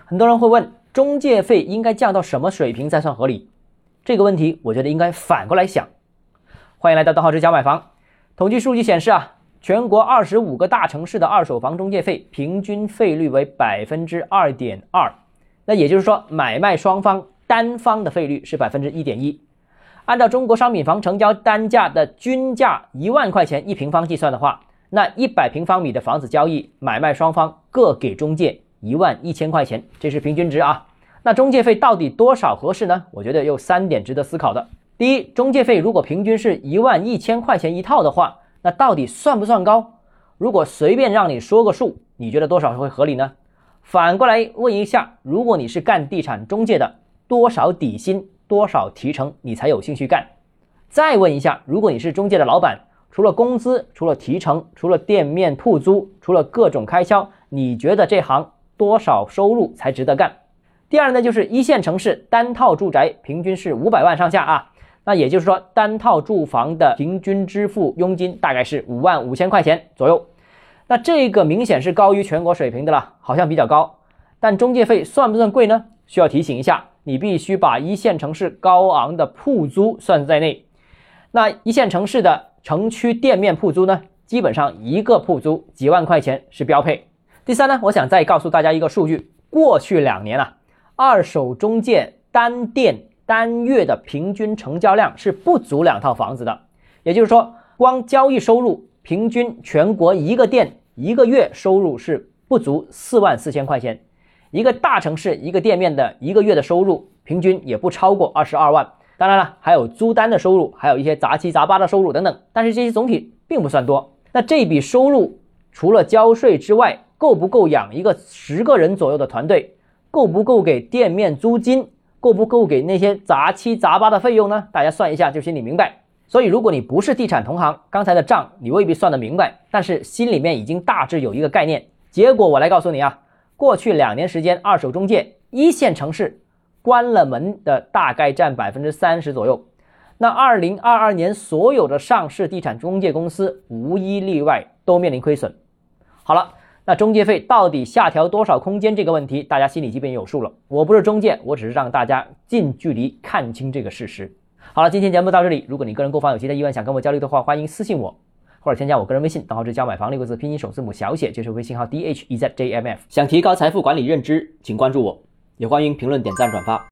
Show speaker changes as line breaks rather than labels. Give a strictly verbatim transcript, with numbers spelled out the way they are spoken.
很多人会问，中介费应该降到什么水平才算合理？这个问题我觉得应该反过来想。欢迎来到邓浩之教买房。统计数据显示啊，全国二十五个大城市的二手房中介费平均费率为 百分之二点二， 那也就是说买卖双方单方的费率是 百分之一点一。 按照中国商品房成交单价的均价一万块钱一平方计算的话，那一百平方米的房子交易，买卖双方各给中介一万一千块钱，这是平均值啊。那中介费到底多少合适呢？我觉得有三点值得思考的。第一，中介费如果平均是一万一千块钱一套的话，那到底算不算高？如果随便让你说个数，你觉得多少会合理呢？反过来问一下，如果你是干地产中介的，多少底薪多少提成你才有兴趣干？再问一下，如果你是中介的老板，除了工资，除了提成，除了店面铺租，除了各种开销，你觉得这行多少收入才值得干？第二呢，就是一线城市单套住宅平均是五百万上下啊，那也就是说单套住房的平均支付佣金大概是五万五千块钱左右。那这个明显是高于全国水平的了，好像比较高。但中介费算不算贵呢？需要提醒一下，你必须把一线城市高昂的铺租算在内。那一线城市的城区店面铺租呢，基本上一个铺租几万块钱是标配。第三呢，我想再告诉大家一个数据，过去两年啊，二手中介单店单月的平均成交量是不足两套房子的，也就是说光交易收入平均全国一个店一个月收入是不足四万四千块钱，一个大城市一个店面的一个月的收入平均也不超过二十二万。当然了，还有租单的收入，还有一些杂七杂八的收入等等，但是这些总体并不算多。那这笔收入除了交税之外，够不够养一个十个人左右的团队？够不够给店面租金？够不够给那些杂七杂八的费用呢？大家算一下就心里明白。所以如果你不是地产同行，刚才的账你未必算得明白，但是心里面已经大致有一个概念。结果我来告诉你啊，过去两年时间，二手中介一线城市关了门的大概占 百分之三十 左右。那二零二二年所有的上市地产中介公司无一例外都面临亏损。好了，那中介费到底下调多少空间这个问题，大家心里基本有数了。我不是中介，我只是让大家近距离看清这个事实。好了，今天节目到这里，如果你个人购房有其他疑问想跟我交流的话，欢迎私信我或者添加我个人微信，邓浩之教买房六个字拼音首字母小写，就是微信号 D H E Z J M F。 想提高财富管理认知，请关注我，也欢迎评论点赞转发。